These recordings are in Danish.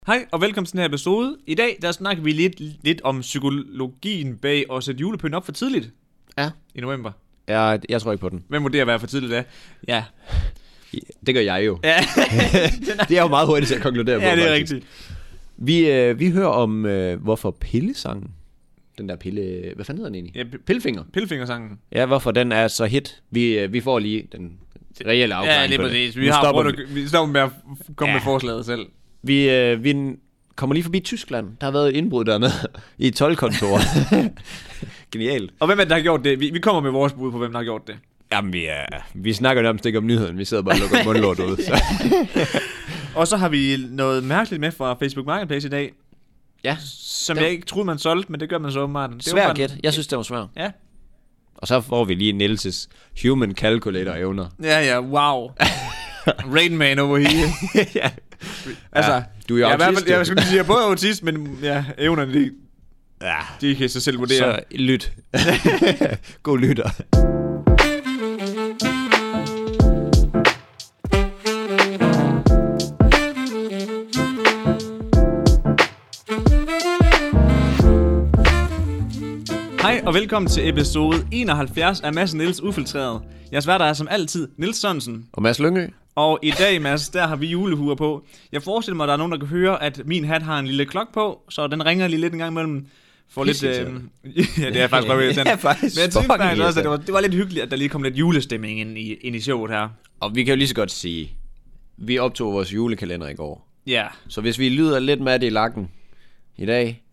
Hej og velkommen til den her episode. I dag der snakker vi lidt om psykologien bag at sætte julepynt op for tidligt. Ja. I november. Jeg tror ikke på den. Hvem vurderer, hvad for tidligt er? Ja. Det gør jeg jo. Ja. Det er jo meget hurtigt til at konkludere på. Ja, det er faktisk. rigtigt. Vi hører om, hvorfor pillesangen, den der pille... Hvad fanden hedder den egentlig? Ja, Pillefinger. Pillefingersangen. Ja, hvorfor den er så hit. Vi får lige den reelle afklaring. Ja, lige på præcis. det. Vi stopper med at komme med forslaget selv. Vi kommer lige forbi Tyskland. Der har været et indbrud dernede i et toldkontor. Genialt. Og hvem er det, der har gjort det? Vi kommer med vores bud på, hvem der har gjort det. Jamen, vi snakker nærmest ikke om nyheden. Vi sidder bare og lukker mundlort ud. Så. Og så har vi noget mærkeligt med fra Facebook Marketplace i dag. Ja. Som jeg ikke troede, man solgte, men det gør man så åbenbart. Svær gæt. Jeg synes, det var svært. Ja. Og så får vi lige Nielses Human Calculator evner. Ja, wow. Rain Man over here. Ja. Altså, ja, du er jo autist. Jeg skulle lige sige, jeg er både autist, men ja, evnerne, de kan sig selv vurdere. Så lyt. God lytter. Hej og velkommen til episode 71 af Mads og Niels Ufiltreret. Jeg sværter er som altid Niels Sørensen. Og Mads Lyngø. Og i dag, Mads, der har vi julehuer på. Jeg forestiller mig, at der er nogen, der kan høre, at min hat har en lille klok på, så den ringer lige lidt en gang imellem. For lidt, ja, det er faktisk bare irriterende. Ja, faktisk. Men jeg synes faktisk også, at det var lidt hyggeligt, at der lige kom lidt julestemning ind i showet her. Og vi kan jo lige så godt sige, vi optog vores julekalender i går. Ja. Så hvis vi lyder lidt matte i lakken i dag...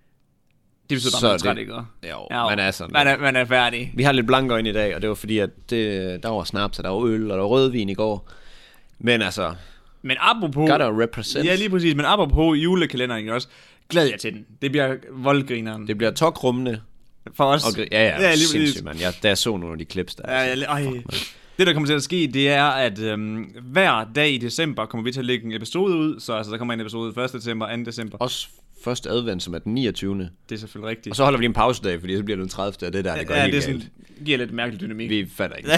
Det betyder bare, at man er træt, ikke? Jo, man er sådan. Man er færdig. Vi har lidt blanke øjne i dag, og det var fordi, at der var snaps, og der var øl, og der var rødvin i går. Men altså... Men apropos... Gotta represent. Ja, lige præcis. Men apropos julekalenderen også, glæder jeg til den. Det bliver voldgrineren. Det bliver tokrummende. For os. Ja, sindssygt, man. Da jeg så nogle af de clips der. Det, der kommer til at ske, det er, at hver dag i december kommer vi til at lægge en episode ud. Så altså, der kommer en episode 1. december, 2. december. Også første advent, som er den 29. Det er selvfølgelig rigtigt. Og så holder vi lige en pausedag, fordi så bliver det den 30. Og det der, det går helt det galt. Giver lidt mærkelig dynamik. Vi fatter ikke.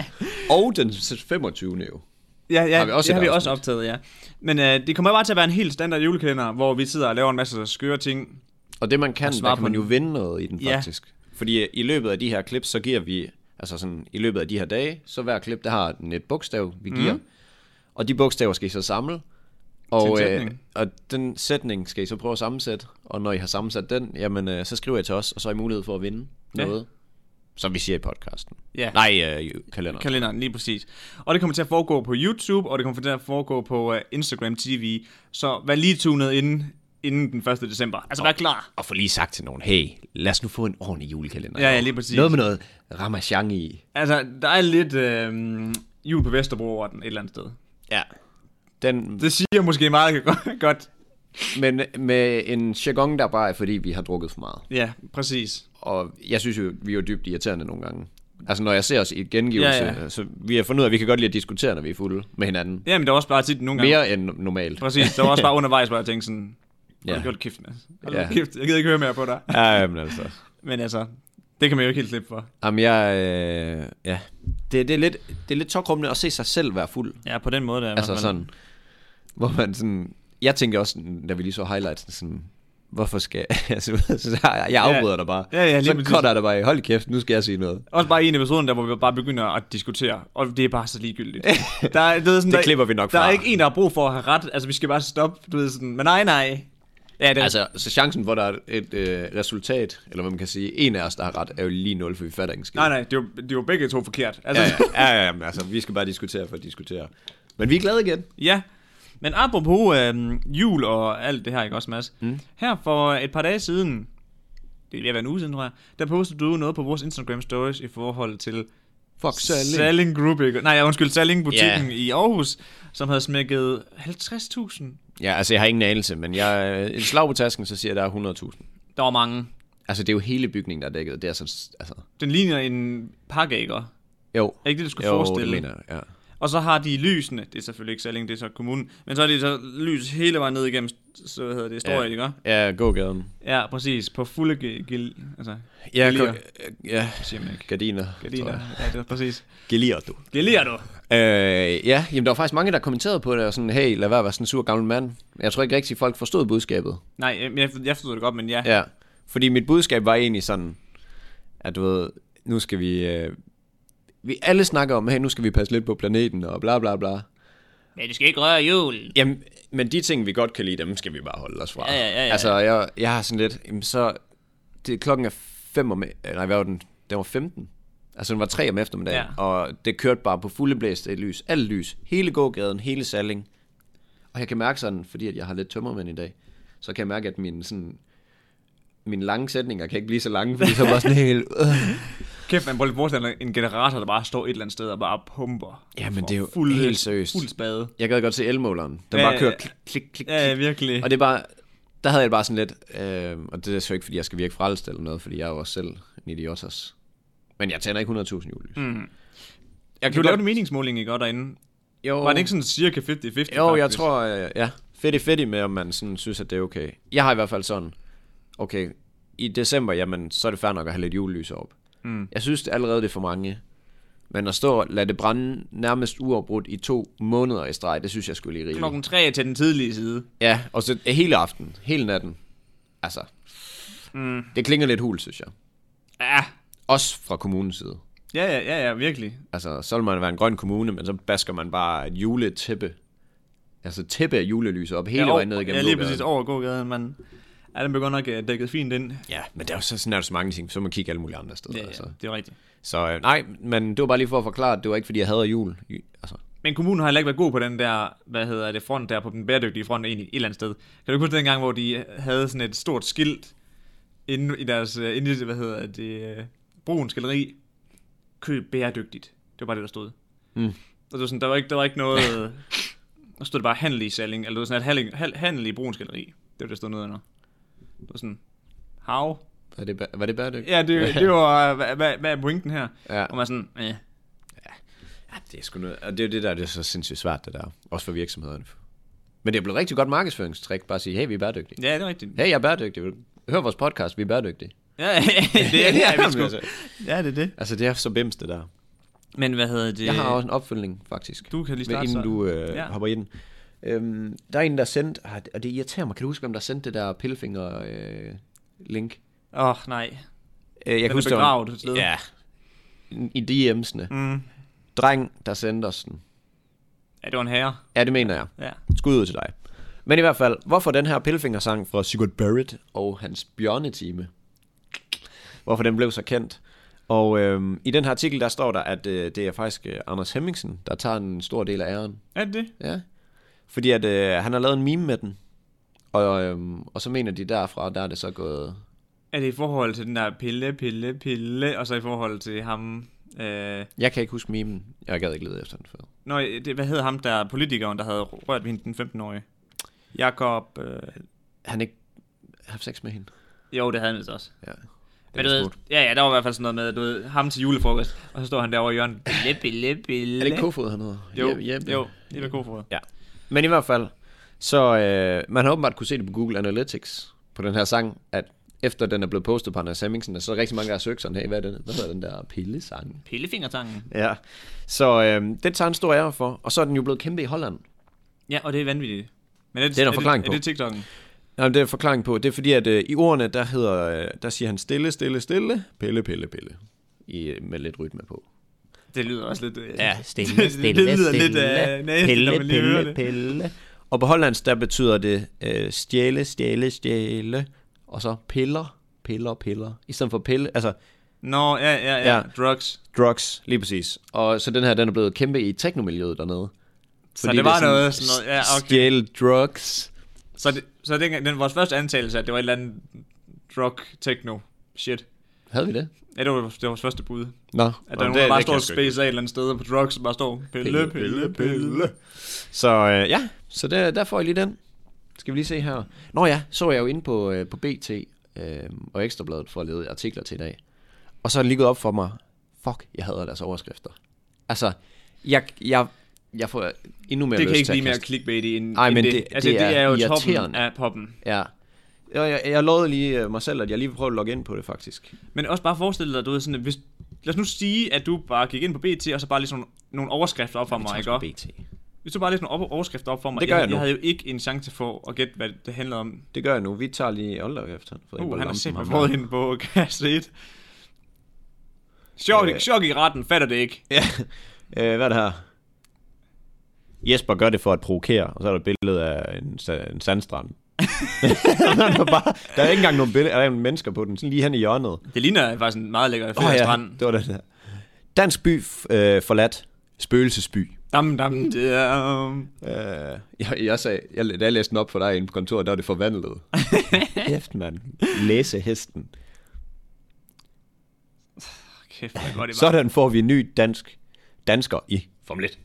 Og den 25. jo. Ja, har vi også optaget, ja. Men det kommer bare til at være en helt standard julekalender, hvor vi sidder og laver en masse skøre ting. Og det man kan, der kan man jo vinde noget i den faktisk. Fordi i løbet af de her clips, så giver vi, altså sådan i løbet af de her dage, så hver klip, der har et bogstav, vi giver. Og de bogstaver skal I så samle. Og den sætning skal I så prøve at sammensætte. Og når I har sammensat den, jamen så skriver I til os, og så har I mulighed for at vinde noget. Som vi siger i podcasten. Ja. Nej, kalenderen. Kalenderen, lige præcis. Og det kommer til at foregå på YouTube, og det kommer til at foregå på Instagram TV. Så vær lige tunet inden den 1. december. Altså vær klar. Og få lige sagt til nogen, hey, lad os nu få en ordentlig julekalender. Ja, lige præcis. Noget med noget ramachan i. Altså, der er lidt jul på Vesterbro over den et eller andet sted. Ja. Det siger måske meget godt. Men med en jargon, der bare er, fordi vi har drukket for meget. Ja, præcis. Og jeg synes jo, vi er jo dybt irriterende nogle gange. Altså når jeg ser os i et gengivelse, så vi har fundet ud af, at vi kan godt lide at diskutere, når vi er fulde med hinanden. Jamen det er også bare tit nogle gange. Mere end normalt. Præcis, det var også bare undervejs, hvor jeg tænkte sådan, hold kæft, kæft, jeg gider ikke høre mere på dig. Ja, men altså. Men altså, det kan man jo ikke helt slippe for. Jamen det er lidt tokrummende at se sig selv være fuld. Ja, på den måde der. Altså sådan, hvor man sådan, jeg tænker også, da vi lige så highlights, sådan, hvorfor skal jeg afbryder dig bare. Ja, så cutter der bare, hold kæft, nu skal jeg sige noget. Også bare en episode der, hvor vi bare begynder at diskutere, og det er bare så ligegyldigt. Det klipper vi nok fra. Der er ikke en, der har brug for at have ret. Altså vi skal bare stoppe, du ved sådan. Men nej. Ja, det. Altså, så chancen hvor der er et resultat, eller hvad man kan sige, en af os, der har ret, er jo lige 0, for vi fatter ikke skid. Nej, det er jo begge to forkert. Altså. Ja, men altså, vi skal bare diskutere for at diskutere. Men vi er glade igen. Ja, men apropos jul og alt det her, ikke også, Mads? Her for et par dage siden, det er ved en uge siden, tror jeg, der postede du noget på vores Instagram stories i forhold til Salling Group, ikke? Salling butikken i Aarhus, som havde smækket 50.000. Ja, altså jeg har ingen anelse, men et slag på tasken, så siger jeg, der er 100.000. Der var mange. Altså det er jo hele bygningen, der er dækket. Det er altså. Den ligner en parkæger. Jo. Er ikke det, du skulle forestille? Det mener jeg, ja. Og så har de lysene, det er selvfølgelig ikke Salling, det er så kommunen, men så er det så lys hele vejen ned igennem, så hedder det Story, ikke? Ja, gågaden. Ja, præcis, på fulde ja, siger man ikke. Gardiner, ja, det er præcis. Gelier du. Ja, jamen der var faktisk mange, der kommenterede på det, og sådan, hey, lad være at være sådan en sur gammel mand. Jeg tror ikke rigtig, folk forstod budskabet. Nej, jeg forstod det godt, men ja. Ja, fordi mit budskab var egentlig sådan, at du ved, nu skal vi alle snakker om, hey, nu skal vi passe lidt på planeten, og bla bla bla. Men du skal ikke røre julen. Jamen, men de ting, vi godt kan lide, dem skal vi bare holde os fra. Ja. Altså, jeg har sådan lidt, jamen, så, klokken er 5 om, nej, hvad var den? Den var 15. Altså, den var 3 om eftermiddagen, og det kørte bare på fulde blæst et lys. Alt lys. Hele gågaden, hele Salling. Og jeg kan mærke sådan, fordi at jeg har lidt tømmermænd i dag, så kan jeg mærke, at mine lange sætninger kan ikke blive så lange, fordi så var sådan helt... Kæft, man prøver at forestille en generator, der bare står et eller andet sted og bare pumper. Ja, men det er jo helt seriøst. Fuld spade. Jeg gad godt se elmåleren. Den bare kører klik, klik, klik. Ja, virkelig. Og det er bare... Der havde jeg bare sådan lidt... og det er så ikke, fordi jeg skal virke frelst eller noget, fordi jeg er jo også selv en idiotas. Men jeg tænder ikke 100.000 julelys. Jeg kan jo lave en meningsmåling, ikke, derinde? Jo. Var det ikke sådan cirka 50-50? Jo, faktisk? Jeg tror, ja. Fedt med, om man sådan synes, at det er okay. Jeg har i hvert fald sådan... Okay, i december, jamen, så er det fair nok at have lidt julelys op. Jeg synes det allerede, det er for mange. Men at stå og lade det brænde nærmest uafbrudt i 2 måneder i streg, det synes jeg skulle lige rigeligt. Klokken 3 til den tidlige side. Ja, og så hele aften, hele natten. Altså, det klinger lidt hul, synes jeg. Ja. Også fra kommunens side. Ja, virkelig. Altså, så vil man være en grøn kommune, men så basker man bare et juletæppe. Altså tæppe af julelys op hele vejen ned igennem gågaden. Ja, lige præcis over gågaden, men... Ja, den begynder nok dækket fint ind. Ja, men der er jo sådan er så mange ting, så må man kigge alle mulige andre steder. Ja, altså. Det er rigtigt. Så nej, men det var bare lige for at forklare, at det var ikke, fordi jeg hader jul. Altså. Men kommunen har heller ikke været god på den der, front der på den bæredygtige front egentlig et eller andet sted. Kan du huske den gang, hvor de havde sådan et stort skilt inde i deres, Bruuns Galleri, køb bæredygtigt. Det var bare det, der stod. Og det var sådan, der var ikke noget, der stod det bare handel i Salling, eller det var sådan et handel i Bruuns Galleri. Det var det, der stod noget under. Det var sådan, hav. Var det bæredygtigt? Ja, det var, hvad er pointen her? Ja. Og man sådan, Ja, det er sgu noget, og det er jo det der, det er så sindssygt svært, det der. Også for virksomhederne. Men det er blevet rigtig godt markedsføringstrik, bare at sige, hey, vi er bæredygtige. Ja, det er rigtigt. Hey, jeg er bæredygtig. Hør vores podcast, vi er bæredygtige. Ja, det er det, vi altså. Ja, det er det. Altså, det er så bims, det der. Men hvad hedder det? Jeg har også en opfølgning, faktisk. Du kan lige starte inden du hopper i den. Der er en, der sendte, og det irriterer mig, kan du huske, hvem der sendte det der Pillefinger-link? Nej. Jeg kan huske, begravet et sted. Ja, i DM's'ene. Dreng, der sendte os den. Ja, det var en herre. Ja, det mener jeg. Ja. Skud ud til dig. Men i hvert fald, hvorfor den her Pillefinger-sang fra Sigurd Barrett og hans bjørnetime? Hvorfor den blev så kendt? Og i den her artikel, der står der, at det er faktisk Anders Hemmingsen, der tager en stor del af æren. Er det? Ja. Fordi at han har lavet en meme med den. Og så mener de derfra, der er det så gået... Er det i forhold til den der pille, og så i forhold til ham... Jeg kan ikke huske memen. Jeg gad ikke lede efter den før. Nå, hvad hedder ham der politikeren, der havde rørt ved hende, den 15-årige? Jakob... Han ikke haft sex med hende? Jo, det havde han også. Ja. Men du ved, ja, der var i hvert fald sådan noget med, du ved, ham til julefrokost, og så står han derovre i hjørnet. Pille. Er det ikke Kofod, han hedder? Jo, det er Kofod. Ja. Men i hvert fald, så man har åbenbart kunne se det på Google Analytics, på den her sang, at efter den er blevet postet på Anders Hemmingsen, så er der rigtig mange, der har søgt sådan, hey, hvad hedder den der pillesang? Pillefingertangen. Ja, så det tager en stor ære for, og så er den jo blevet kæmpe i Holland. Ja, og det er vanvittigt. Men det er der forklaring på. Er det TikTok'en? Nej, det er forklaring på. Det er fordi, at i ordene, der siger han stille, pille, med lidt rytme på. Det lyder også lidt... Ja, stille, det lyder lidt pille. Og på hollandsk, der betyder det stjæle, og så piller, i stedet for pille, altså... Nå, ja. Drugs, lige præcis. Og så den her, den er blevet kæmpe i technomiljøet dernede. Så det var noget sådan noget... Ja, okay. Stjæle drugs. Så den vores første antagelse, at det var et eller andet drug, techno, shit. Havde vi det? Ja, det var vores første bud. Nå. At der er nogen, der bare står og space af et eller andet sted på drugs, og bare står pille. Så ja, så der får jeg lige den. Skal vi lige se her. Nå ja, så jeg jo inde på BT og Ekstrabladet for at lede artikler til i dag. Og så er det lige gået op for mig, fuck, jeg hader deres overskrifter. Altså, Jeg får endnu mere det lyst kan ikke til blive mere clickbait end men det. Altså, det er jo toppen af poppen. Ja. Jeg lovede lige mig selv, at jeg lige vil prøve at logge ind på det, faktisk. Men også bare forestille dig, at du ved sådan, hvis, lad os nu sige, at du bare gik ind på BT, og så bare lige sådan nogle overskrifter op for mig, ikke? BT. Hvis du bare lige nogle overskrifter op for mig, det gør jeg havde jo ikke en chance for at gætte, hvad det handler om. Det gør jeg nu. Vi tager lige Older efter. Han har simpelthen fået hende på kasse 1. Chok i retten, fatter det ikke. Ja. Hvad er det her? Jesper gør det for at provokere, og så er der et billede af en sandstrand. der er ikke engang nogen billeder, der er nogen mennesker på den, sådan lige hen i hjørnet. Det ligner faktisk en meget lækker strand. Det var det der. Dansk by forladt. Spøgelsesby. Det er... Jeg læste den op for dig inde på kontoret, der var det forvandlet. Kæft, mand. Læsehesten. Kæft, hvor godt det var. Sådan får vi en ny dansker i Formel 1.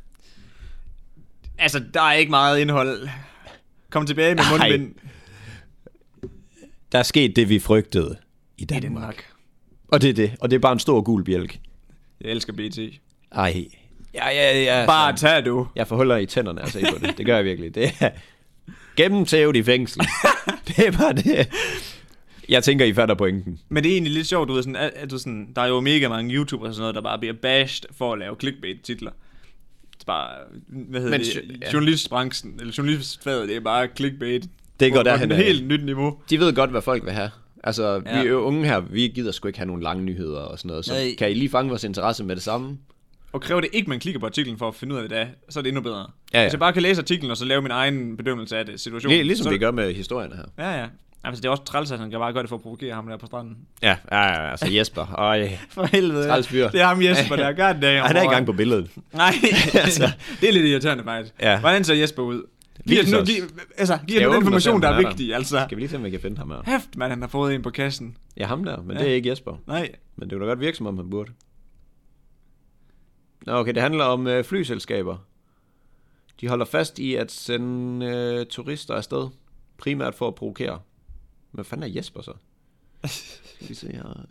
Altså, der er ikke meget indhold. Kom tilbage med mundbind. Der er sket det, vi frygtede i Danmark. Og det er det. Og det er bare en stor gul bjælke. Jeg elsker BT. Ej. Ja. Bare tag du. Jeg forholder i tænderne altså på det. Det gør jeg virkelig. Det er gennemtævet i fængsel. Det er bare det. Jeg tænker, I fatter pointen. Men det er egentlig lidt sjovt, du ved, sådan, at du sådan, der er jo mega mange YouTubere og sådan noget, der bare bliver bashed for at lave clickbait-titler. Det er bare, journalistbranchen, eller journalistfaget, det er bare clickbait. Det går derhen. På et helt nyt niveau. De ved godt, hvad folk vil have. Altså, vi er jo unge her, vi gider sgu ikke have nogle lange nyheder og sådan noget. Så kan I lige fange vores interesse med det samme? Og kræver det ikke, man klikker på artiklen for at finde ud af det, så er det endnu bedre. Ja. Hvis jeg bare kan læse artiklen, og så lave min egen bedømmelse af det, situationen. Ligesom vi gør med historierne her. Ja. Altså, det er også træls, at han kan bare gøre det for at provokere ham der på stranden. Ja, altså Jesper. Øj. For helvede. Trælsfyr. Det er ham Jesper, der gør det. Han er i gang på billedet. Nej, altså, det er lidt irriterende faktisk. Ja. Hvordan ser Jesper ud? Giv nu den information, der er vigtig. Altså. Skal vi lige se, om vi kan finde ham her? Hæft, man, han har fået en på kassen. Ja, ham der, men det er ikke Jesper. Nej. Men det er jo da godt virke, som om han burde. Nå, okay, det handler om flyselskaber. De holder fast i at sende turister afsted. Primært for at provokere. Hvad fanden er Jesper så? Skal vi se her.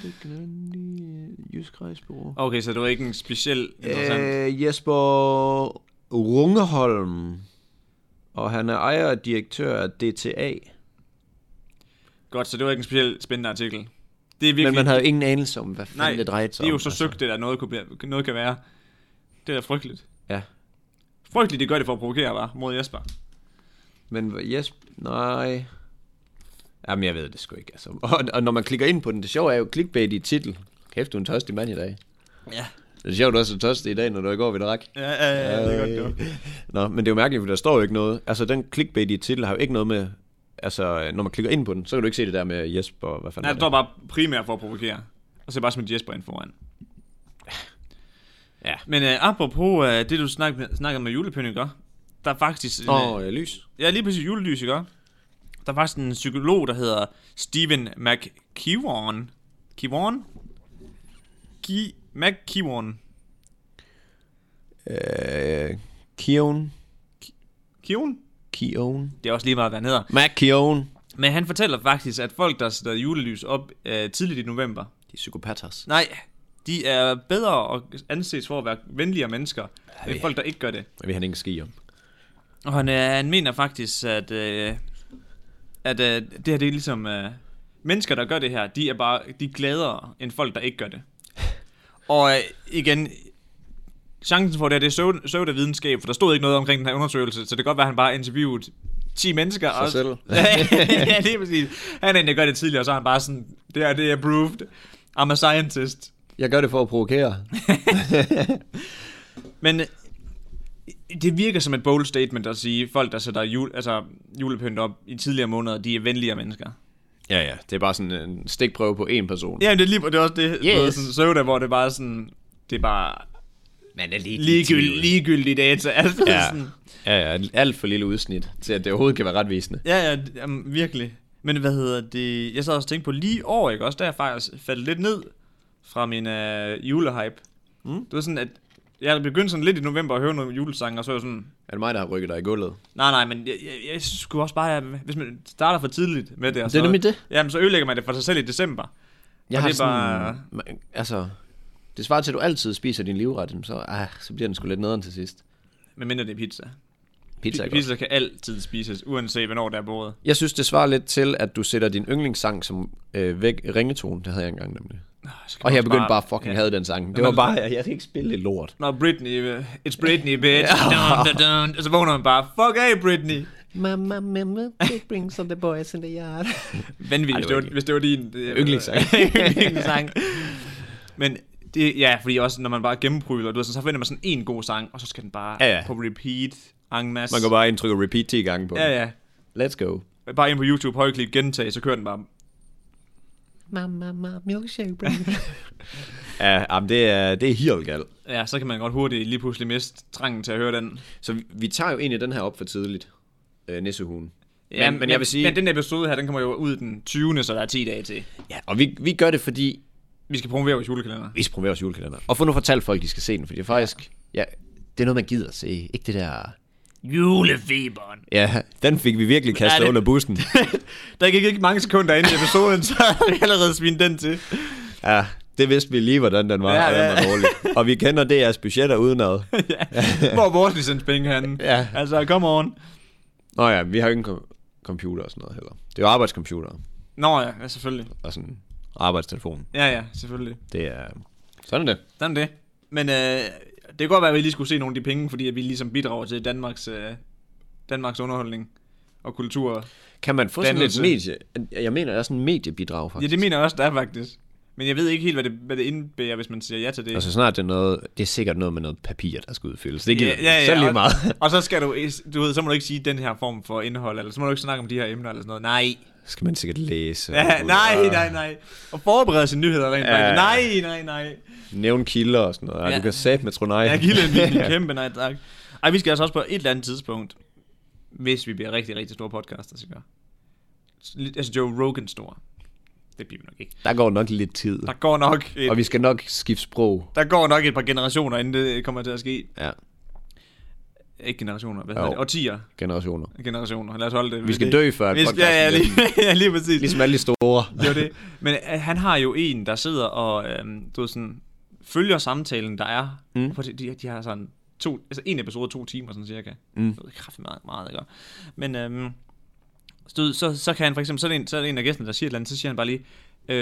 Jysk Rejsbureau. Okay, så det var ikke en speciel interessant. Jesper Rungeholm. Og han er ejer og direktør af DTA. Godt, så det var ikke en specielt spændende artikel. Det er virkelig... Men man havde jo ingen anelse om, hvad fanden det drejede sig om. Det er jo så søgt, det der noget kan være. Det er da frygteligt. Ja. Frygteligt, det gør det for at provokere, var mod Jesper. Men Jesper... Nej... Jamen, jeg ved det sgu ikke, altså. Og når man klikker ind på den, det sjove er jo clickbait i titel. Kæft, du er en tørstig mand i dag. Ja. Det er sjovt, du er så tørstig i dag, når du går ved drak. Ja, det er godt, det. Nå, men det er jo mærkeligt, for der står jo ikke noget. Altså, den clickbait i titel har jo ikke noget med... Altså, når man klikker ind på den, så kan du ikke se det der med Jesper, hvad fanden. Nej, det står bare primært for at provokere. Og så bare smidt Jesper ind foran. Ja. Men apropos det, du snakkede med julepynt, ikke? Der er faktisk... lys. Ja, lige præcis julelys, ikke? Der er faktisk en psykolog, der hedder Stephen McKeown. McKeown? Keown? Det er også lige meget, hvad han hedder. McKeown. Men han fortæller faktisk, at folk, der sætter julelys op tidligt i november... De er psykopater. Nej, de er bedre og anses for at være venligere mennesker, end folk, der ikke gør det. Det vil han ikke ske om. Og han mener faktisk, at det her det er ligesom... mennesker, der gør det her, de er gladere end folk, der ikke gør det. Og igen... Chancen for det er pseudovidenskab, for der stod ikke noget omkring den her undersøgelse, så det kan godt være, at han bare interviewet 10 mennesker. Sig selv. Ja, det er præcis. Han egentlig gør det tidligere, så er han bare sådan, det er approved. I'm a scientist. Jeg gør det for at provokere. Men det virker som et bold statement at sige, folk, der sætter julepynt op i tidligere måneder, de er venligere mennesker. Ja, det er bare sådan en stikprøve på en person. Ja, det er også det. Yes. Sådan pseudo, hvor det er bare sådan, det er bare... Men er ligegyldigt data. Altså, sådan. Ja, alt for lille udsnit til at det overhovedet kan være retvisende. Ja, virkelig. Men hvad hedder det? Jeg sad også og tænkte på lige år, ikke også? Der er faktisk faldet lidt ned fra min julehype. Det var sådan, at jeg begyndte sådan lidt i november at høre nogle julesange, og så var jeg sådan... Er det mig, der har rykket dig i gulvet? Nej, men jeg skulle også bare... Hvis man starter for tidligt med det... Og det er nemlig det. Jamen, så ødelægger man det for sig selv i december. Jeg har det bare... Altså... Det svarer til, at du altid spiser din livret, så bliver den sgu lidt nederen til sidst. Men mindre det er pizza. Pizza kan altid spises, uanset hvornår der er bordet. Jeg synes, det svarer lidt til, at du sætter din yndlingssang som ringetone. Det havde jeg engang nemlig. Og jeg begyndte bare fucking have den sang. Det var bare, jeg kan ikke spille lidt lort. Når Britney, it's Britney, bitch. Og så vågner man bare, fuck af, Britney. Mama, big brings on the boys in the yard. Vanvittigt, hvis det var din yndlingssang. Men det, ja, fordi også når man bare gennempryler, så finder man sådan en god sang, og så skal den bare på repeat en masse. Man kan bare indtrykke repeat 10 gange på. Ja. Let's go. Bare ind på YouTube, højklik, gentag, så kører den bare. Mama, milkshake, bro. Men det er helt galt. Ja, så kan man godt hurtigt lige pludselig miste trangen til at høre den. Så vi tager jo egentlig den her op for tidligt. Nissehuen. Ja, men jeg vil sige... Men den episode her, den kommer jo ud den 20. Så der er 10 dage til. Ja, og vi gør det, fordi... Vi skal promovere vores julekalender. Og få nu fortalt folk, de skal se den, fordi det er faktisk... Ja, det er noget, man gider at se. Ikke det der... Julefeberen. Ja, den fik vi virkelig kastet under bussen. Der gik ikke mange sekunder ind i episoden, så har vi allerede svinet den til. Ja, det vidste vi lige, hvordan den var, og den var dårlig. Og vi kender DR's budgetter udenad. Hvor er vores licenspenge henne? Ja. Altså, come on. Nå ja, vi har jo ikke en computer og sådan noget heller. Det er jo arbejdscomputer. Nå ja, selvfølgelig. Og sådan arbejdstelefon. Ja, selvfølgelig. Det er... Sådan er det. Sådan er det. Men det kan godt være, at vi lige skulle se nogle af de penge, fordi at vi ligesom bidrager til Danmarks underholdning og kultur. Kan man få sådan et medie? Jeg mener, der er sådan en mediebidrag, faktisk. Ja, det mener jeg også, der er faktisk. Men jeg ved ikke helt, hvad det indebærer, hvis man siger ja til det. Altså snart det er sikkert noget med noget papir, der skal udfyldes. Det giver så lige meget. Og så skal du ved, så må du ikke sige den her form for indhold, eller så må du ikke snakke om de her emner, eller sådan noget. Nej. Skal man sikkert læse. Ja, nej. Og forberede sine nyheder rent faktisk. Nej. Nævn kilder og sådan noget. Ja. Du kan sætte med nej. Ja, kilder er en kæmpe nej, tak. Ej, vi skal altså også på et eller andet tidspunkt, hvis vi bliver rigtig, rigtig store podcaster, så gør. Altså Joe Rogan store. Det bliver vi nok ikke. Der går nok lidt tid. Der går nok og vi skal nok skifte sprog. Der går nok et par generationer, inden det kommer til at ske. Ja. Ikke generationer, hvad hedder det? Årtier. Generationer. Lad os holde det. Vi skal dø før podcasten. Ja, lige præcis. Ligesom alle de store. Det var det. Men han har jo en, der sidder og du ved, sådan, følger samtalen, der er. De har sådan en episode 2 timer, sådan cirka. Det er kraftigt meget, ikke? Men så kan han for eksempel, så er det en af gæsterne, der siger et eller andet, så siger han bare lige,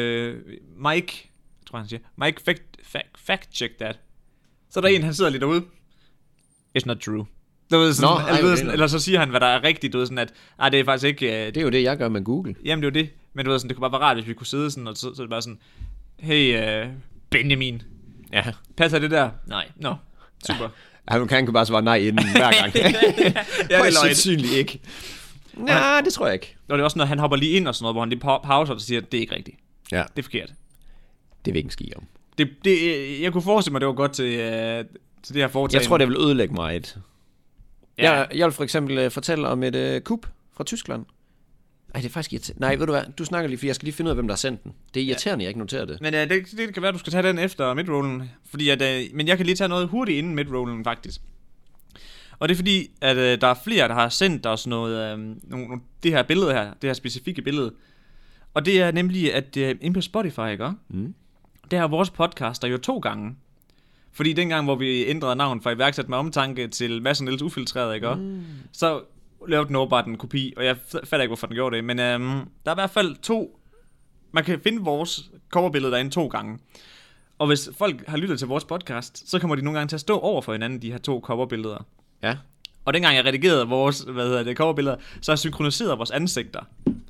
Mike, tror jeg han siger, Mike fact check that. Så er der en, han sidder lidt derude. It's not true. Eller så siger han, hvad der er rigtigt, du ved, sådan at, det er faktisk ikke... det er jo det, jeg gør med Google. Jamen, det er jo det. Men du ved, sådan, det kunne bare være rart, hvis vi kunne sidde sådan, og så er det bare sådan, hey, Benjamin. Ja. Passer det der? Nej. Nå, super. Han kan bare svare nej inden hver gang. Højst sandsynligt ikke. Nej, det tror jeg ikke. Og det er også, når han hopper lige ind og sådan noget, hvor han lige pauser og siger, det er ikke rigtigt. Ja. Det er forkert. Det vil ikke en ski om. Jeg kunne forestille mig, det var godt til det her foretagende. Jeg tror, det vil ødelægge mig et. Ja. Jeg vil for eksempel fortælle om et kup fra Tyskland. Ej, det er faktisk irriterende. Nej, ved du hvad? Du snakker lige, for jeg skal lige finde ud af, hvem der har sendt den. Det er irriterende, jeg ikke noterer det. Men det kan være, du skal tage den efter midrollen. Fordi men jeg kan lige tage noget hurtigt inden midrollen, faktisk. Og det er fordi, at der er flere, der har sendt os noget, det her billede her, det her specifikke billede. Og det er nemlig, at inde på Spotify, ikke? Der er vores podcaster jo 2 gange. Fordi dengang, hvor vi ændrede navn fra iværksat med omtanke til Mads og Niels Ufiltreret, ikke? Så lavede den åbenbart en kopi, og jeg fatter ikke, hvorfor den gjorde det. Men der er i hvert fald 2. Man kan finde vores coverbillede derinde 2 gange. Og hvis folk har lyttet til vores podcast, så kommer de nogle gange til at stå over for hinanden, de her 2 coverbilleder. Ja. Og dengang jeg redigerede vores, coverbilleder, så har jeg synkroniseret vores ansigter.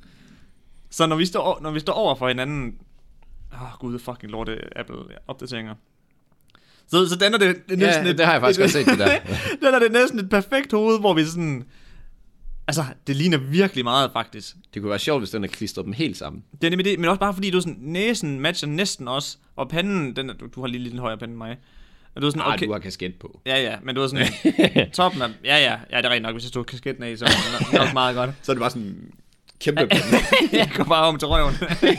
Så når vi står over for hinanden, gud, fucking lorte Apple opdateringer. Så den er det næsten det har jeg faktisk også set det der. Den er det næsten et perfekt hoved, hvor vi sådan, altså, det ligner virkelig meget faktisk. Det kunne være sjovt, hvis den er klistret dem helt sammen. Det er nemlig det, men også bare fordi du sådan, næsen matcher næsten også, og panden, du har lige lidt højere pande end mig. Og du er sådan, okay. Du har kasket på. Ja, men du er sådan, toppen af, ja, det er rent nok, hvis jeg tog kasketten af, så er det nok meget godt. Så er det bare sådan kæmpe pande. Jeg går bare om til røven.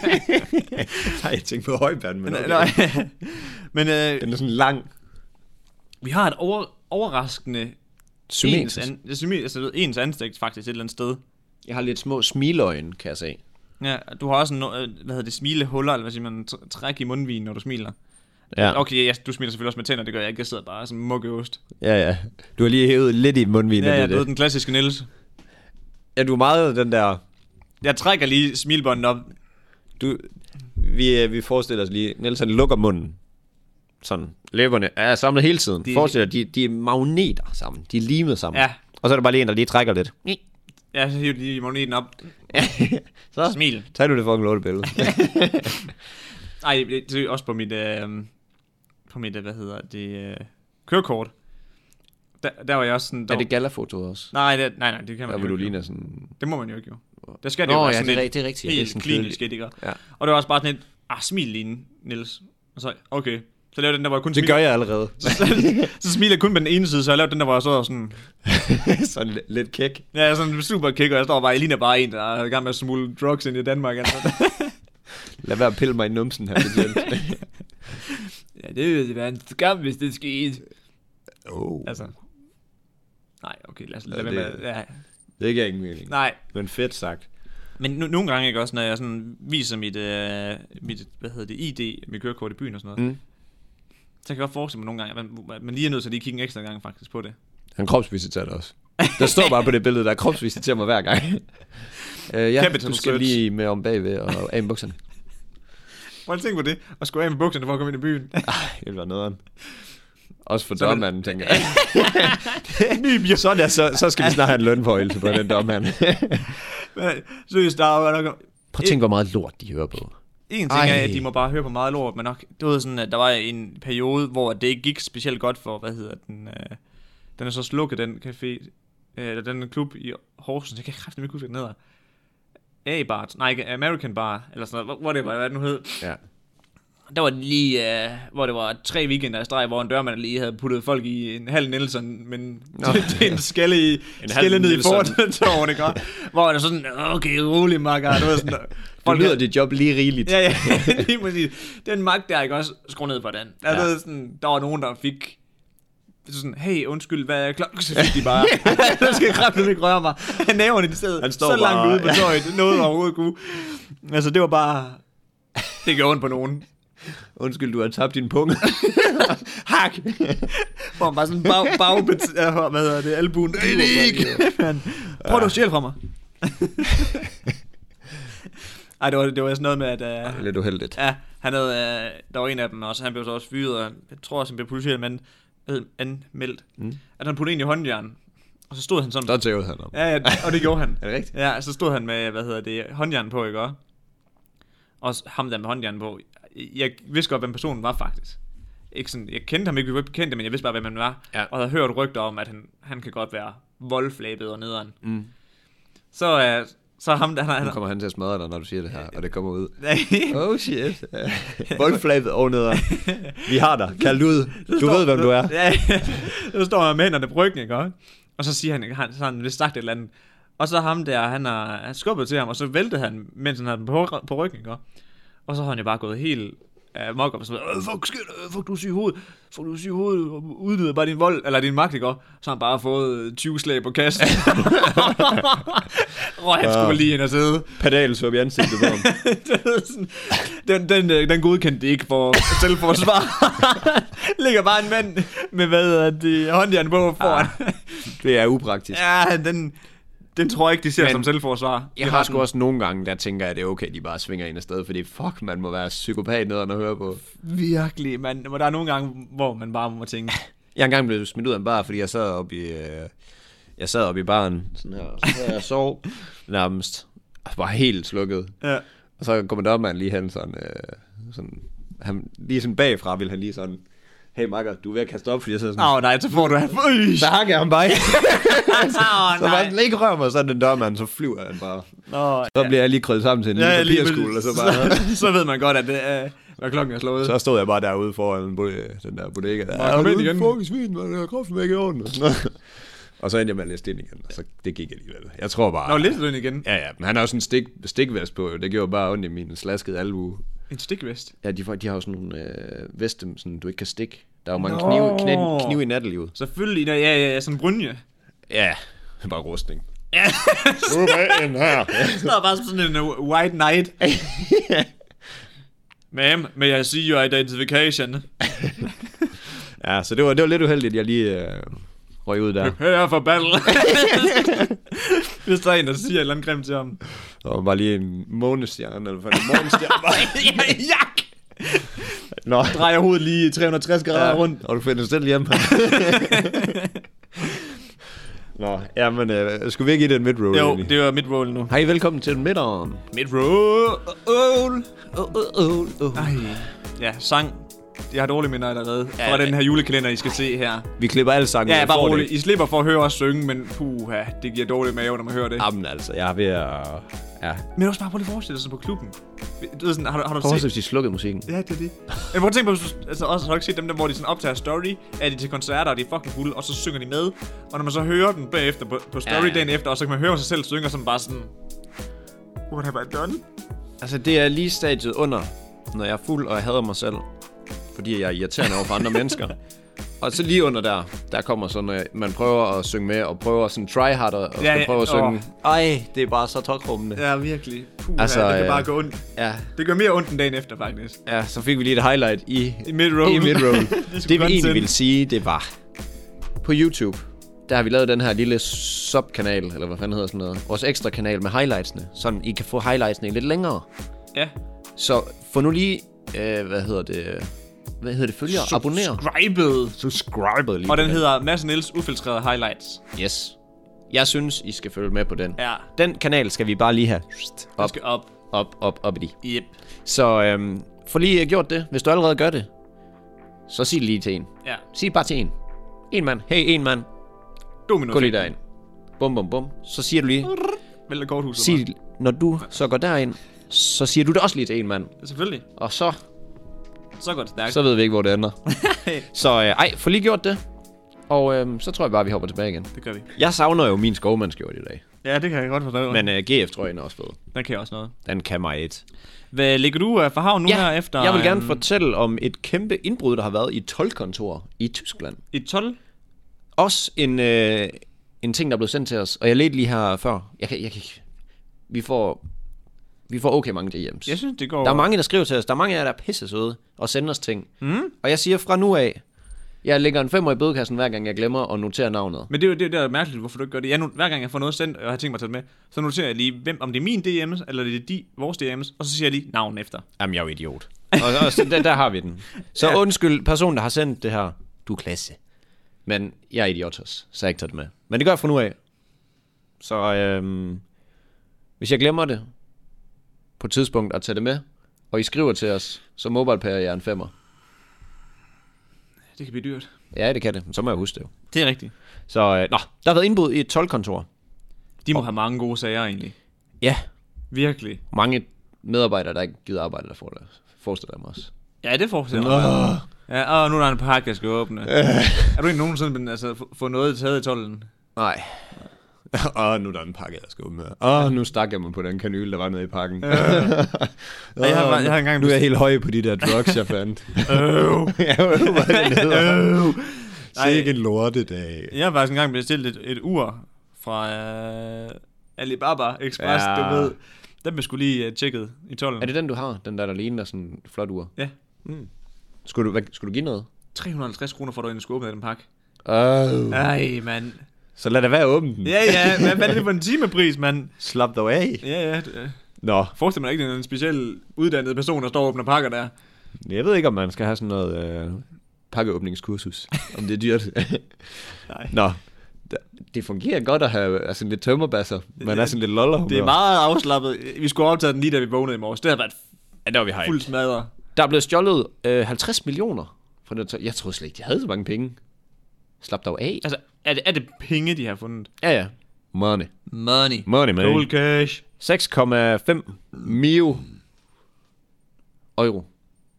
Nej, jeg tænkte på højpanden, men okay. Men den er sådan lang. Vi har et overraskende ens ansigt faktisk et eller andet sted. Jeg har lidt små smileøjne, kan jeg se. Ja, du har også smilehuller, eller hvad siger man, træk i mundvinen, når du smiler. Ja. Okay, du smiler selvfølgelig også med tænder, det gør jeg ikke. Jeg sidder bare som muggeost. Ja. Du har lige hævet lidt i mundvinen. Ja, det er den klassiske Niels. Ja, du er meget den der... Jeg trækker lige smilbåndet op. Vi forestiller os lige, Niels han lukker munden. Sådan, læberne er samlet hele tiden. Forestil dig, de er magneter sammen. De er limet sammen. Ja. Og så er der bare lige en, der lige trækker lidt. Ja, så hiver lige magneten op. Så smil. Tag du det fucking lortebillede. Nej, det er også på mit, kørekort. Der var jeg også sådan... Er det galafoto også? Nej, det kan man der jo vil ikke. du ligne sådan... Det må man jo ikke jo. Der skal det jo være sådan det er rigtigt. Helt det er klinisk, ikke? Ja. Og det var også bare sådan et, smil lige, Niels. Og så, okay. Så lavede den der, hvor jeg kun det gør jeg allerede. så smiler jeg kun med den ene side, så jeg lavede den der, hvor jeg så sådan... sådan lidt kæk. Ja, sådan super kæk, og jeg står bare, jeg ligner bare en, der er i gang med at smule drugs ind i Danmark. Altså. Lad være at pille mig i numsen her, betjent. Ja, det ville være en skam, hvis det skete. Altså. Nej, okay, lad os lade være med. Ja. Det giver ingen mening. Nej. Men fedt sagt. Men nogle gange ikke også, når jeg sådan viser mit ID, mit kørekort i byen og sådan noget. Så kan jeg godt forestille mig nogle gange, at man lige er nødt til at lige kigge en ekstra gang faktisk på det. Han kropsvisiterer det også. Der står bare på det billede, der kropsvisiterer mig hver gang. Du skal lige med om bagved og af med bukserne. Prøv at tænke på det, og skulle af med bukserne for at komme ind i byen. Det var nederen. Også for dørmanden, tænker jeg. Så skal vi snart have en lønforhøjelse på den dørmand. Seriøst, prøv at tænke, hvor meget lort de hører på. En ting er, at de må bare høre på meget lort, men nok, det var sådan, at der var en periode, hvor det ikke gik specielt godt for, den er så slukket, den café, eller den klub i Horsens, jeg kan kraftigt ikke huske, hvad den hedder. A-bar, nej ikke, American Bar, eller sådan noget, hvor det var, hvad det nu hed. Ja. Der var det lige, hvor det var 3 weekender i streg, hvor en dørmand lige havde puttet folk i en halv Nelson, men til en skalle ned i fortårn, ikke? Hvor det sådan, okay, rolig makker, det var sådan... Du lyder dit job lige rigeligt. Ja, lige præcis. Den magt der, ikke også, skru ned på den. Altså, sådan, der var nogen, der fik... sådan, hey, undskyld, hvad er klokken? Så fik de bare, der skal kraftigt ikke røre mig. Næverne, de sad så langt ude på tøjet, noget overhovedet kunne. Altså, det var bare... Det gjorde ondt på nogen. Undskyld, du har tabt din punge. Hak! Hvor man bare sådan hvad hedder det, albuen. Nej, det er ikke. Prøv du at stjæle fra mig. Ej, det var sådan noget med, at... lidt uheldigt. Ja, han havde... der var en af dem også, han blev så også fyret, og jeg tror også, han blev anmeldt, at han puttede ind i håndjern. Og så stod han sådan... Der tævede han om. Ja, og det gjorde han. Er det rigtigt? Ja, så stod han med, håndjern på, ikke også? Og ham der med håndjern på. Jeg vidste godt, hvem personen var faktisk. Ikke sådan, jeg kendte ham ikke, vi var bekendte, men jeg vidste bare, hvem han var. Ja. Og havde hørt rygter om, at han kan godt være voldflabet og nederen. Så ham der... Nu kommer han til at smadre dig, når du siger det her, og det kommer ud. Oh shit. Voldflabet og nederen. Vi har dig. Kald ud. Du ved, hvem du er. Ja, så står han med hænderne på ryggen, ikke? Og så siger han, så han vist sagt et eller andet. Og så ham der, han har skubbet til ham, og så væltede han, mens han havde den på ryggen, ikke? Og så har han jo bare gået helt mok op og sådan noget, fuck, du er syg i hovedet, udnyder bare din vold, eller din magt, ikke? Så har han bare fået 20 slag på kassen. Og han skulle lige ind og sidde. Pedalsvøb i ansigtet på ham. Den godkendte ikke for selvforsvar. Ligger bare en mand med håndjern på foran. Det er upraktisk. Ja, den tror jeg ikke, de ser som selvforsvar. Jeg har sgu også nogle gange, der tænker jeg, at det er okay, de bare svinger ind afsted, fordi fuck, man må være psykopat nederen at høre på. Virkelig, man. Der er nogle gange, hvor man bare må tænke. Jeg engang blev smidt ud af en bar, fordi jeg sad oppe i baren, sådan her, så havde jeg sov nærmest, bare helt slukket. Ja. Og så kommer dørmanden lige hen sådan, han, lige sådan bagfra ville han lige sådan, hey makker, du er ved at kaste op, fordi jeg sidder sådan... nej, så får du... Så hakker jeg ham bare. Så bare sådan, ikke rør mig, så den dørmand, så flyver han bare. Så bliver jeg lige krøllet sammen til en lille papirskole, og så bare... så ved man godt, at når klokken er slået. Så stod jeg bare derude foran den der bodega der. Kom ind igen. Fucking svin, man har kraften væk i orden. Og så endte jeg med at læse ind igen, og så det gik alligevel. Jeg tror bare... læste du ind igen? Ja, men han har jo sådan en stikvest på, det gjorde bare ondt i min slaskede albue. En stikvest? Ja, de har jo sådan nogle veste, sådan du ikke kan stikke. Der er jo mange knive i nattelivet. Selvfølgelig, ja, sådan en brynje. Ja, bare rustning. Ja. Så er bare sådan en white knight. Ma'am, may I see your identification? Ja, så det var lidt uheldigt, jeg lige røg ud der. Her for battle. Hvis der er en, der siger et eller andet grimt til ham. Og bare lige en månestjerne, eller en morgenstjerne. Jak! Nå. Drejer hovedet lige 360 grader rundt. Og du finder selv hjem. Nå, jamen, skulle vi ikke i den midroll? Jo, egentlig? det var midroll nu. Hej, velkommen til den midtåren. Midroll. Ej. Ja, sang. Jeg har dårlige minder allerede fra den her julekalender, I skal se her. Vi klipper alle sange. Ja, bare roligt. I slipper for at høre os synge, men puha, det giver dårlig mave, når man hører det. Jamen altså, jeg er ved at... Ja. Men også bare prøv lige at forestille dig på klubben. Du ved sådan, har du set... hvis de slukkede musikken. Ja, det er det. Men prøv at tænke på, altså også har du ikke set dem der, hvor de sådan optager story, er de til koncerter, og de er fucking fulde, og så synger de med. Og når man så hører den bagefter på story dagen efter, og så kan man høre sig selv synge, og sådan bare sådan... What have I done? Altså, det er lige stadiet under, når jeg er fuld, og jeg hader mig selv. Fordi jeg er irriterende over for andre mennesker. Og så lige under der kommer sådan, at man prøver at synge med, og prøver sådan tryharder, og skal prøve at synge. Ej, det er bare så tokrummende. Ja, virkelig. Altså, det kan bare gå ondt. Ja. Det gør mere ondt end dagen efter, faktisk. Ja, så fik vi lige et highlight i midroll. Det vi egentlig ville sige, det var, på YouTube, der har vi lavet den her lille subkanal, eller hvad fanden hedder sådan noget, vores ekstra kanal med highlightsene, sådan I kan få highlightsene lidt længere. Ja. Så få nu lige, hvad hedder det, følger? Abonner. Subscribed lige. Og den hedder Mads Niels ufiltrerede highlights. Yes. Jeg synes, I skal følge med på den. Ja. Den kanal skal vi bare lige have op i de. Yep. Så få lige gjort det. Hvis du allerede gør det, så sig det lige til en. Ja. Sig det bare til en. En mand. Hey, en mand. Gå lige derind. Bum, bum, bum. Så siger du lige. Vælter korthuset. Sig, når du så går derind, så siger du det også lige til en mand. Ja, selvfølgelig. Og så går det stærkt. Så ved vi ikke, hvor det ender. Så få lige gjort det. Og så tror jeg bare, vi hopper tilbage igen. Det gør vi. Jeg savner jo min skovmandskjort i dag. Ja, det kan jeg godt forstå. Men GF-trøjen er også fed. Den kan også noget. Den kan mig et. Hvad ligger du for havn nu her efter? Jeg vil gerne fortælle om et kæmpe indbrud, der har været i et toldkontor i Tyskland. I told? Også en ting, der er blevet sendt til os. Og jeg ledte lige her før. Jeg kan ikke. Vi får okay mange DM's. Jeg synes, det går... Der er mange, der skriver til os. Der er mange af jer, der er pisse søde og sender os ting. Og jeg siger fra nu af, jeg lægger en 5 i bødekassen, hver gang jeg glemmer at notere navnet. Men det er jo mærkeligt, hvorfor du ikke gør det. Hver gang jeg får noget sendt, og jeg har tænkt mig at tage det med, så noterer jeg lige, om det er min DM's, eller det er vores DM's, og så siger jeg lige navn efter. Jamen, jeg er jo idiot. og så der har vi den. Så undskyld personen, der har sendt det her. Du er klasse. Men jeg er idiot også, så jeg ikke tager det med. Men det gør jeg fra nu af. Så hvis jeg glemmer det på et tidspunkt at tage det med, og I skriver til os, så mobilepærer jeg en 5'er. Det kan blive dyrt. Ja, det kan det. Så må jeg huske det jo. Det er rigtigt. Så der har været indbrud i et toldkontor. De må have mange gode sager egentlig. Ja. Virkelig. Mange medarbejdere, der ikke gider arbejde, der får det. Forestiller jeg mig også. Ja, det forestiller mig. Ja, nu er der en pakke, jeg skal åbne. Er du ikke nogensinde få noget taget i tolden? Nej. Nu er der en pakke, jeg skal åbne. Nu stak jeg mig på den kanyle, der var nede i pakken. Jeg har engang... Nu er jeg helt høj på de der drugs, jeg fandt. Sikke en lortedag. Jeg har faktisk engang bestilt et ur fra Alibaba Express, du ved. Den blev sgu lige tjekket i tolden. Er det den, du har? Den der ligner sådan en flot ur? Ja. Skulle du give noget? 350 kroner for, at du endelig skulle åbne den pakke. Ej, mand. Så lad det være åbent den. Ja, hvad er det for en timepris, mand? Slap dog af. Ja. Nå. Forestil mig ikke, en speciel uddannet person, der står og åbner pakker der. Jeg ved ikke, om man skal have sådan noget pakkeåbningskursus. Om det er dyrt. Nej. Nå. Det fungerer godt at have lidt tømmerbasser. Man er sådan lidt loller. Det er meget afslappet. Vi skulle optage den lige, da vi vågnede i morges. Det har været fuld smadret. Der er blevet stjålet 50 millioner fra det. Jeg troede slet ikke, de havde så mange penge. Slap dog af. Altså, er det penge, de har fundet? Ja. Money. Cold cash. 6,5 mio euro.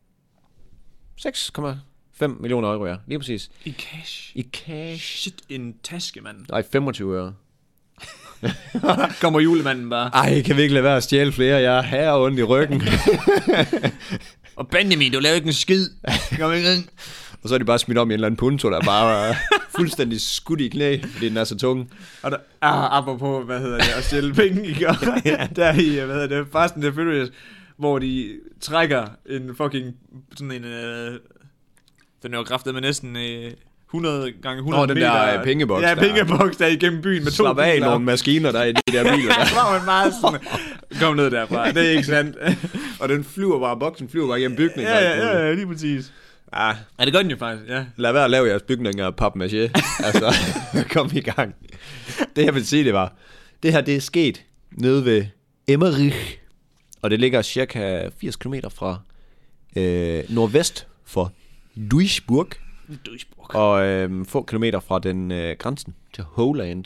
6,5 millioner euro, ja. Lige præcis. I cash. Shit, en taske, mand. Nej, 25 øre. Kommer julemanden bare. Ej, kan vi ikke lade være at stjæle flere? Jeg er her ondt i ryggen. Og Benjamin, du laver ikke en skid. Kom ikke ind. Og så er de bare smidt om i en eller anden punto, der bare er fuldstændig skudt i knæ, fordi den er så tung. Og der, apropos, at stjæle penge, ikke? Ja. Der i, Fast and the Furious, hvor de trækker en fucking, sådan en, den er jo kraftet med næsten 100 gange 100 den meter. der pengeboks. Ja, pengeboks der igennem byen med 2 biler. Slap af nogle maskiner, der er i de der biler der. Så var man meget sådan, kom ned derfra, det er ikke sandt. Og den boksen flyver bare gennem bygningen. Ja, lige præcis. Ja, det gør den jo faktisk, ja. Lad være at lave jeres bygninger af papmaché. Altså, kom i gang. Det jeg vil sige, det her det er sket nede ved Emmerich. Og det ligger cirka 80 km fra nordvest for Duisburg. Og få kilometer fra den grænsen til Holland.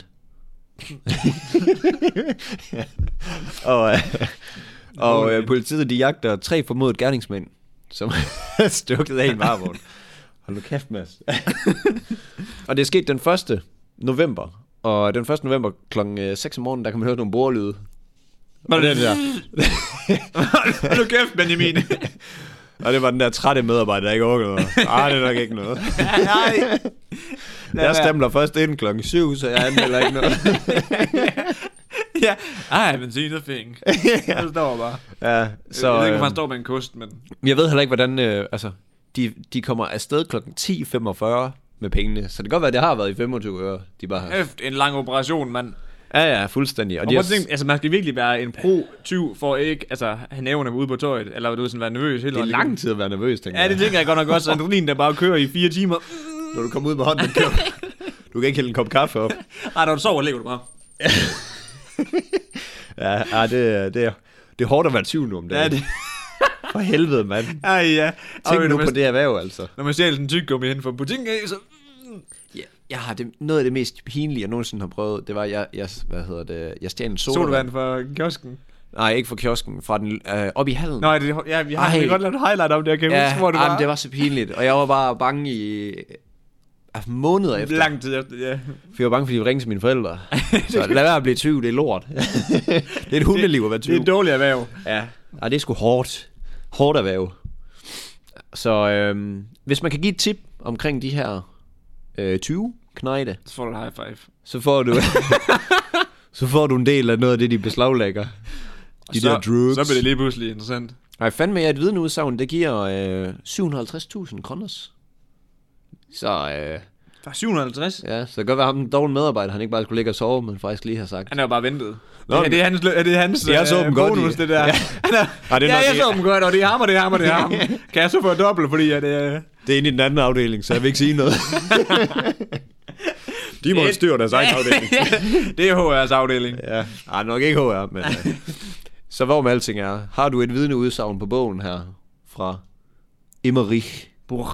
og politiet de jagter 3 formodede gerningsmænd, som er stukket af en varevogn. Hold nu kæft, Mads. Og det er sket den 1. november. Og den 1. november klokken 6 om morgenen, der kan man høre nogle borelyde. Hvad er det der? Hold nu kæft, Benjamin. Og det var den der trætte medarbejder, der ikke overgået noget. Det er nok ikke noget. Nej. Jeg stemler først inden klokken 7, så jeg anmelder ikke noget. Ja, benzinet fing. Det står bare. Ja, så... Jeg ved ikke, hvorfor han står med en kost, men... Jeg ved heller ikke, hvordan... De kommer afsted klokken 10.45 med pengene. Så det kan godt være, at det har været i 25 øre. De bare har... Efter en lang operation, mand. Ja, fuldstændig. Og tænke, man skal virkelig være en pro-tyv for ikke, have nævnerne ude på tøjet, eller du sådan være nervøs hele tiden. Det er lang tid at være nervøs, tænker jeg. Ja, det tænker jeg godt nok også. Adrenalin, der bare kører i 4 timer. Når du kommer ud med hånden, du kan ikke hælde en kop kaffe op. Når du sover, ligger du bare. Ja, det er hårdt at være tyv nu om dagen. Ja, det... For helvede, mand. Ja. Tænk nu på det erhverv, altså. Når man ser den tyggegummi hen for butikken af, så... Jeg har noget af det mest pinlige, jeg nogensinde har prøvet, det var, jeg stjal en sodavand fra kiosken? Nej, ikke fra kiosken, fra den, op i hallen. Nej, vi har godt lavet en highlight om det, jeg kan huske, hvor det var. Det var så pinligt, og jeg var bare bange i måneder efter. Lang tid efter, ja. For jeg var bange, fordi jeg ringte til mine forældre. Så lad være at blive tyv, det er lort. Det er et hundeliv at være tyv. Det er et dårligt erhverv. Ja, det er sgu hårdt. Hårdt erhverv. Så hvis man kan give et tip omkring de her 20 knejde, så får du en high five. Så får du en del af noget af det, de beslaglægger. De der drugs. Så bliver det lige pludselig interessant. Nej, fandme, et vidneudsagn, det giver 750.000 kroner. Så... 750? Ja, så det kan godt være ham en dårlig medarbejder, han ikke bare skulle ligge og sove, men faktisk lige har sagt. Han er jo bare ventet. Nå, det er hans jeg så dem bonus, godt det der. Ja, jeg så dem godt, og det er ham. Kan jeg så få et dobbelt, fordi at det er inde i den anden afdeling, så jeg vil ikke sige noget. De må styre deres egen afdeling. Det er HR's afdeling. Ja, nok ikke HR, men... Så hvor med alting er, har du et vidneudsagn på bogen her fra Emmerich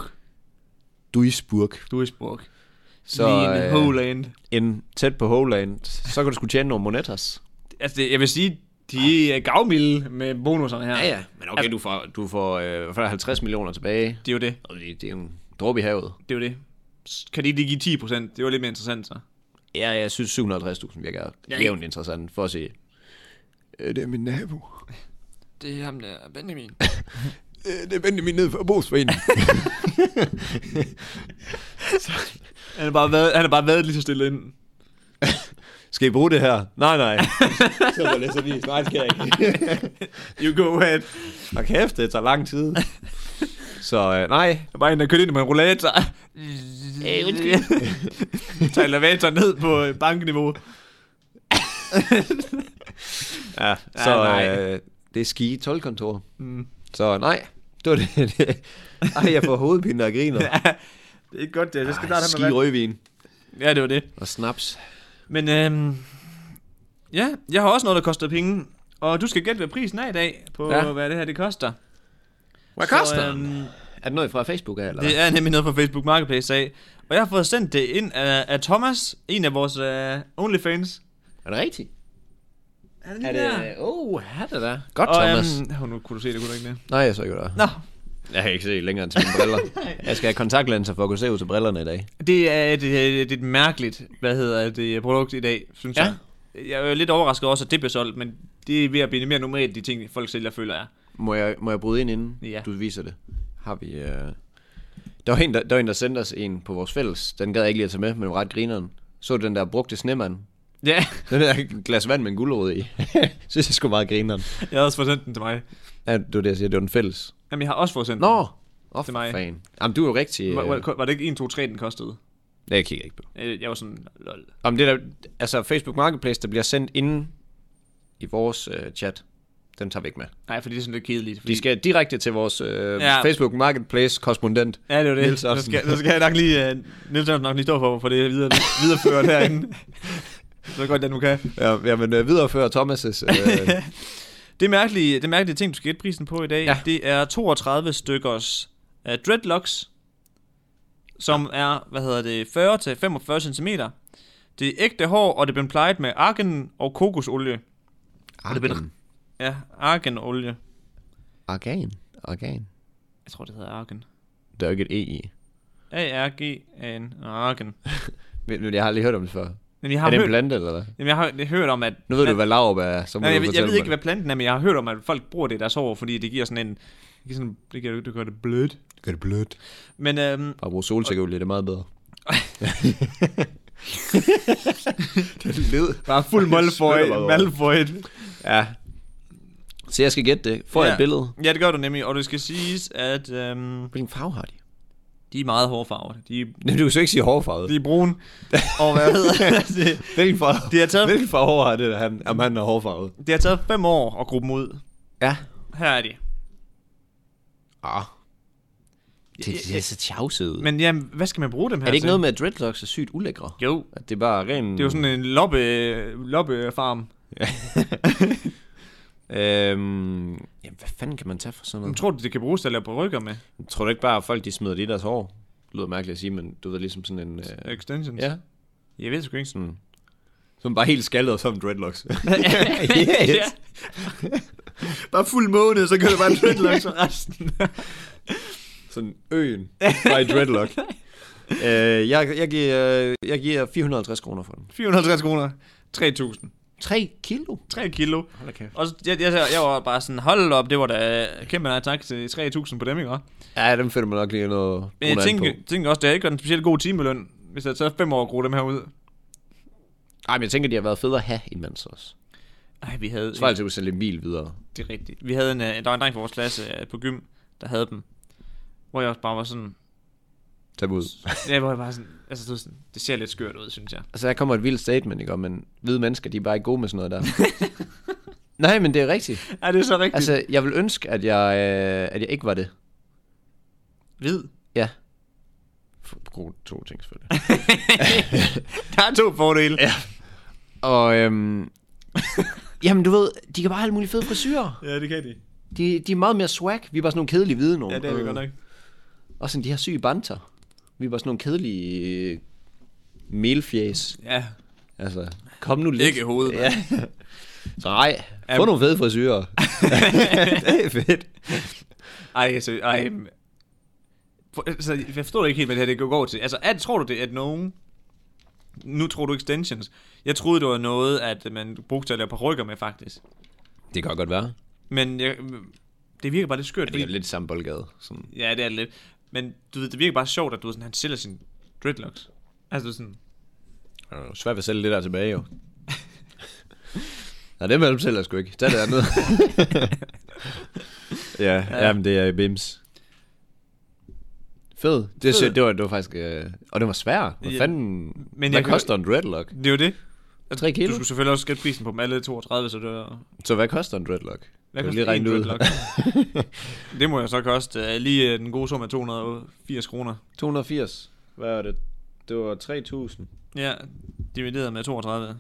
Duisburg. Så Holland. Tæt på Holland. Så kan du sgu tjene nogle monetas. Altså, jeg vil sige, de er gavmilde med bonuserne her. Ja, men okay, du får 50 millioner tilbage. Det er jo det. Og det er jo en dråbe i havet. Det er jo det. Kan de give 10%? Det var lidt mere interessant, så. Ja, jeg synes 750.000 virker jævnt interessant for at se. Det er min nabo. Det er ham der, Benjamin. Det er Benjamin nede for Bogsforeningen. Han har bare været lige så stille inden. Skal I bruge det her? Nej. Så var det så lige. Nej, skal jeg ikke. You go ahead. Og kæft, det tager lang tid. Så nej. Der er bare en, der kører ind med en rollator. Tager elevatoren ned på bankniveau. Ja, så det er ski 12-kontor. Så nej, det var det. Ej, jeg får hovedpine og griner. Ja, det er ikke godt det. Det skal starte ski rødvin. Ja, det var det. Og snaps. Men ja, jeg har også noget, der koster penge. Og du skal gætte, hvad prisen er i dag på, hvad det her det koster. Hvad koster? Er det noget fra Facebook af, eller? Det er nemlig noget fra Facebook Marketplace af. Og jeg har fået sendt det ind af Thomas, en af vores OnlyFans. Er det rigtigt? Er det lige der? Er det der? Godt, Thomas. Nu kunne du se det, kunne du ikke det? Nej, jeg så ikke det. Nå. Jeg kan ikke se længere end til mine briller. Jeg skal have kontaktlinser for at kunne se ud til brillerne i dag. Det er et mærkeligt, produkt i dag, synes jeg. Jeg er jo lidt overrasket også, at det bliver solgt, men det er ved at blive mere normalt, de ting, folk sælger, føler jeg. Må jeg bryde ind inden du viser det? Har vi... Der var en, der sendte os en på vores fælles. Den gad jeg ikke lige at tage med, men var ret grineren. Så den der brugte snemand. Ja. Den der glas vand med en gulerod i. Synes jeg sgu meget grineren. Jeg har også fået sendt den til mig. Ja, det var det, jeg siger. Det var den fælles. Jamen, jeg har også fået sendt den. Til mig. Fan. Jamen, du er jo rigtig... Var det ikke 1, 2, 3, den kostede? Det jeg kigger ikke på. Jeg var sådan, lol. Om det der... Altså, Facebook Marketplace, der bliver sendt inde i vores chat, den tager vi ikke med. Nej, for det er sådan lidt kedeligt. Fordi... De skal direkte til vores Facebook Marketplace korrespondent. Ja, det er det. Så skal jeg nok lige... Niels nok lige stå for det videreført herinde. Så godt, jeg nu kan. Ja, men viderefører Thomas'... Det mærkelige ting, du skal gætte prisen på i dag, det er 32 stykkers dreadlocks, som er, 40-45 cm. Det er ægte hår, og det er blevet plejet med argan og kokosolie. Argan? Ja, arganolie. Argan? Jeg tror, det hedder argan. Der er jo ikke et E i. A-R-G-A-N. Argan. Men jeg har aldrig hørt om det før. Men jeg har det en plante, eller hvad? Jamen, jeg har hørt om, at... Nu ved du, hvad laurbær er, så må du fortælle jeg ved ikke, hvad planten er, men jeg har hørt om, at folk bruger det i deres hår, fordi det giver sådan en... Det gør det blødt. Det gør det blødt. Men... Bare bruge solsikkeolie, det er meget bedre. Det lød. Bare fuld Malfoy. Ja. Så jeg skal gætte det. Får jeg et billede? Ja, det gør du nemlig, og det skal siges, at... Hvilken farve har de? De er meget hårfarvede. Du kan så ikke sige hårfarvede. De er brune. Og hvad hedder det? Hvilken farve hår har det, om han er hårfarvet? Det har taget 5 år at gruppe dem ud. Ja. Her er de. Det er så tjavset. Men jamen, hvad skal man bruge dem her til? Er det ikke noget med, at dreadlocks er sygt ulækre? Jo. At det er bare ren... Det er jo sådan en loppefarm. Jamen, hvad fanden kan man tage for sådan noget? Jeg tror, det kan bruges til at lave perukker med. Jeg tror du ikke bare, at folk de smider det i deres hår? Det lyder mærkeligt at sige, men du ved ligesom sådan en... Extensions? Ja. Jeg ved sgu ikke. Sådan bare helt skaldet som dreadlocks. Yes. Bare fuld måned, så gør det bare dreadlocks for resten. Sådan øen. Bare dreadlock. Jeg giver 450 kroner for den. 450 kroner. 3.000. 3 kilo? 3 kilo. Hold da kæft. Og jeg var bare sådan, hold op, det var da kæmpe nej tak til 3.000 på dem, ikke? Ja, dem finder man nok lige noget. Men jeg tænker også, det har ikke været en specielt god timeløn, hvis jeg havde taget 5 år at gro dem her ud. Ej, men jeg tænker, de har været fede at have imens også. Ej, vi havde... Så var det til at sælge en bil videre. Det er rigtigt. Vi havde der var en dreng fra vores klasse på gym, der havde dem. Hvor jeg også bare var sådan... Tag ud. Ja, hvor jeg bare sådan... Altså, det ser lidt skørt ud, synes jeg. Altså, der kommer et vildt statement, ikke? Men hvide mennesker, de er bare ikke gode med sådan noget der. Nej, men det er rigtigt. Ja, det er så rigtigt. Altså, jeg vil ønske, at jeg ikke var det. Hvid? Ja. Gode 2 ting, selvfølgelig. Der er 2 fordele. Ja. Og, jamen, du ved, de kan bare have alle mulige fede frisyrer. Ja, det kan de. De er meget mere swag. Vi er bare sådan nogle kedelige hvide nogen. Ja, det er vi godt nok. Og sådan de her syge banter. Vi er bare sådan nogle kedelige melfjæs. Ja. Altså, kom nu lidt. Ikke i hovedet. Ja. Så nej, få nogle fede frisyrer. Det er fedt. Ej. Så jeg forstår ikke helt, hvad det her det går til. Altså, tror du det, at nogen... Nu tror du extensions. Jeg troede, det var noget, at man brugte til at lave perukker med, faktisk. Det kan godt være. Men det virker bare lidt skørt. Ja, det er lidt samme boldgade. Sådan. Ja, det er lidt. Men du ved, det virker bare sjovt, at du ved, sådan, han sælger sin dreadlocks. Altså sådan... Det er svært at sælge det der tilbage, jo. Nej, det med dem sælger sgu ikke. Tag det andet. Ja, men det er bims. Fed. Det var faktisk... og det var svært. Hvad fanden... Hvad koster en dreadlock? Det er jo det. 3 kilo? Du skulle selvfølgelig også gætte prisen på dem alle 32, så det var... Så hvad koster en dreadlock? Hvad koster en dreadlock? Det må jeg så koste lige den gode sum af 280 kroner. 280? Hvad er det? Det var 3.000. Ja, divideret med 32.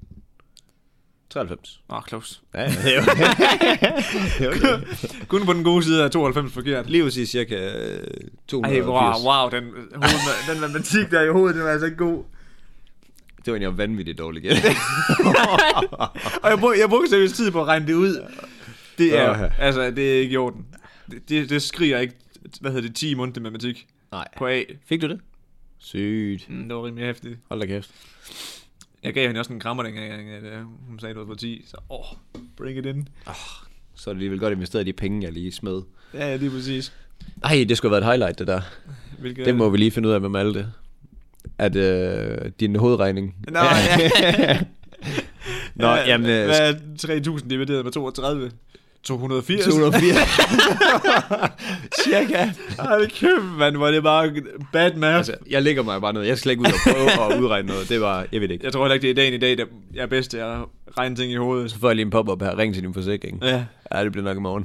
93. Close. Ja, det er okay. Kun på den gode side af 92 forkert. Lige præcis cirka 280. Wow, den matematik der i hovedet, den var altså ikke god. Det var egentlig vanvittigt dårligt igen. Og jeg brugte seriøst tid på at regne det ud. Det er, altså, det er ikke i orden. Det skriger ikke, 10 mundtlig matematik. Nej. På A. Fik du det? Sygt. Det var rimelig hæftigt. Hold da kæft. Jeg gav hende også en krammer dengang, at hun sagde, at du var på 10. Så bring it in. Så er det alligevel godt investeret i de penge, jeg lige smed. Ja, det er præcis. Ej, det skulle have været et highlight, det der. Det må vi lige finde ud af med Malte. At din hovedregning. Nå, ja. Nå, jamen... Hvad er 3.000 divideret med 32? 280. 280. Cirka. Ej, det kæmpe, mand, hvor det bare bad math. Altså, jeg lægger mig bare ned. Jeg skal slet ikke ud og prøve at udregne noget. Det var, jeg ved ikke. Jeg tror heller ikke, det er dagen i dag, der jeg er bedst til at regne ting i hovedet. Så får jeg lige en pop-up her. Ring til din forsikring. Ja. Ja, det bliver nok i morgen.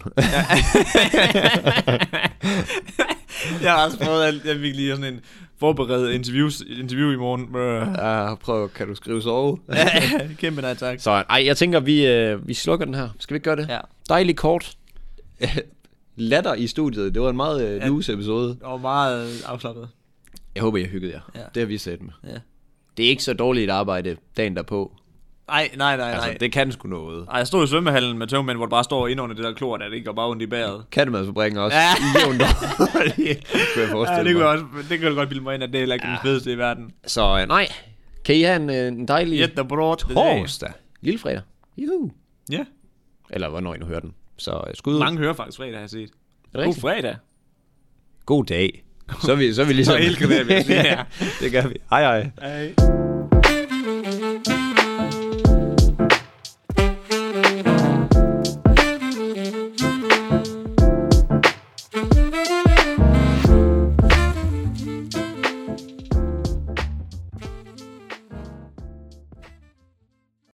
Jeg har også prøvet, jeg fik lige sådan en forberedt interview i morgen. Ja, prøv, kan du skrive sove? Ja, kæmpe nej, tak. Så jeg tænker, vi slukker den her. Skal vi ikke gøre det? Ja. Dejligt kort. Latter i studiet. Det var en meget loose episode. Og meget afslappet. Jeg håber, jeg hyggede jer. Ja. Det har vi set med. Ja. Det er ikke så dårligt arbejde dagen derpå. Nej. Altså, det kan sgu noget. Ej, jeg stod i svømmehallen med tømmermænd, hvor det bare står inde under det der klor, der det ikke går bare ondt i bæret. Kattemadsfabrikken også. Ja. Jævnt dårligt. Det kunne du godt bilde mig ind, at det er heller ikke den fedeste i verden. Så nej, kan I have en dejlig torsdag. Lillefredag. Juhu. Ja. Eller hvornår I nu hører den. Så skud. Mange hører faktisk fredag, har jeg set. God fredag. God dag. Så er vi ligesom... Så helt det gør vi. Hej hej. Hej.